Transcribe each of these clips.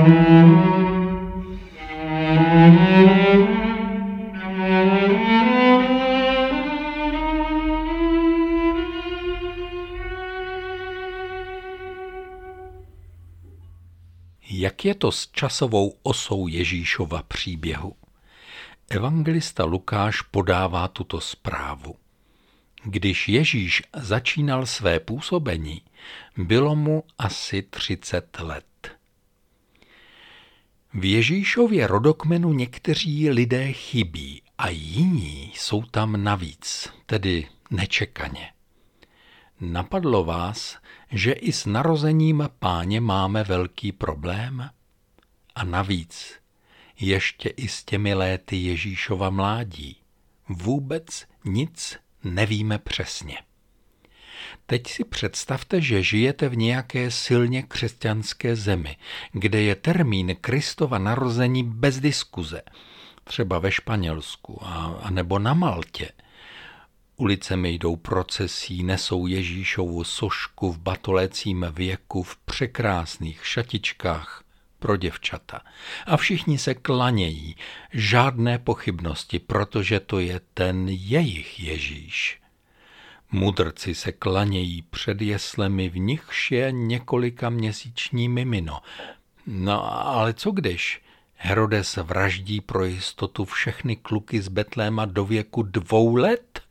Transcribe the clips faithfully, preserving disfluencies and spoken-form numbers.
Jak je to s časovou osou Ježíšova příběhu? Evangelista Lukáš podává tuto zprávu. Když Ježíš začínal své působení, bylo mu asi třicet let. V Ježíšově rodokmenu někteří lidé chybí a jiní jsou tam navíc, tedy nečekaně. Napadlo vás, že i s narozením Páně máme velký problém? A navíc ještě i s těmi léty Ježíšova mládí. Vůbec nic nevíme přesně. Teď si představte, že žijete v nějaké silně křesťanské zemi, kde je termín Kristova narození bez diskuze, třeba ve Španělsku a, a nebo na Maltě. Ulicemi jdou procesí, nesou Ježíšovu sošku v batolecím věku v překrásných šatičkách pro děvčata. A všichni se klanějí, žádné pochybnosti, protože to je ten jejich Ježíš. Mudrci se klanějí před jeslemi, v nichž je několika měsíční mimino. No ale co když Herodes vraždí pro jistotu všechny kluky z Betléma do věku dvou let?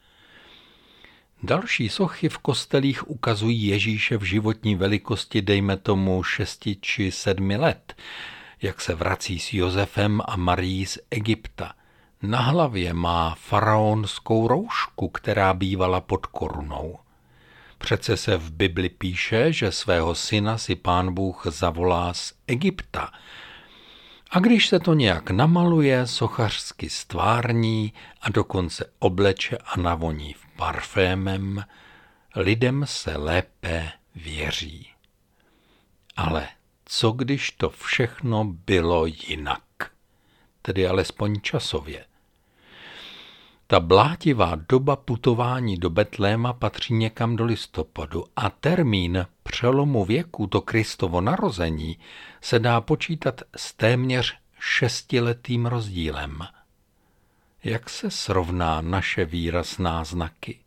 Další sochy v kostelích ukazují Ježíše v životní velikosti, dejme tomu šesti či sedmi let, jak se vrací s Josefem a Marií z Egypta. Na hlavě má faraonskou roušku, která bývala pod korunou. Přece se v Bibli píše, že svého syna si Pán Bůh zavolá z Egypta. A když se to nějak namaluje, sochařsky stvární a dokonce obleče a navoní parfémem, lidem se lépe věří. Ale co když to všechno bylo jinak? Tedy alespoň časově. Ta blátivá doba putování do Betléma patří někam do listopadu a termín přelomu věku, to Kristovo narození, se dá počítat s téměř šestiletým rozdílem. Jak se srovná naše víra s náznaky?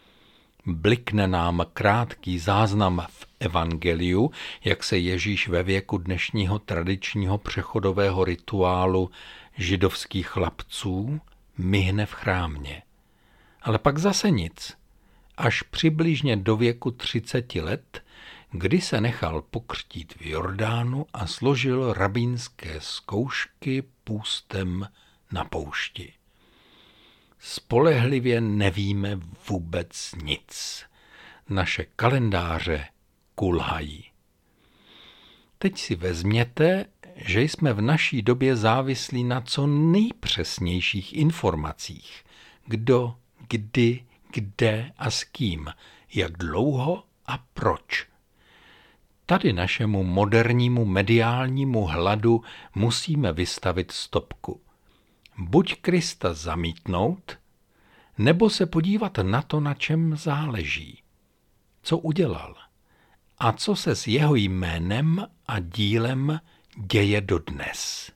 Blikne nám krátký záznam v evangeliu, jak se Ježíš ve věku dnešního tradičního přechodového rituálu židovských chlapců myhne v chrámě. Ale pak zase nic. Až přibližně do věku třiceti let, kdy se nechal pokřtít v Jordánu a složil rabínské zkoušky půstem na poušti. Spolehlivě nevíme vůbec nic. Naše kalendáře kulhají. Teď si vezměte, že jsme v naší době závislí na co nejpřesnějších informacích. Kdo, kdy, kde a s kým, jak dlouho a proč. Tady našemu modernímu mediálnímu hladu musíme vystavit stopku. Buď Krista zamítnout, nebo se podívat na to, na čem záleží. Co udělal? A co se s jeho jménem a dílem děje dodnes?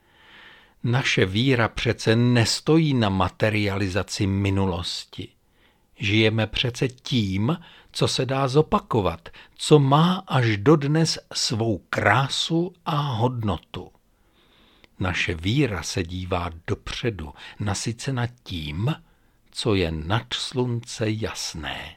Naše víra přece nestojí na materializaci minulosti. Žijeme přece tím, co se dá zopakovat, co má až dodnes svou krásu a hodnotu. Naše víra se dívá dopředu, nasycena tím, co je nad slunce jasné.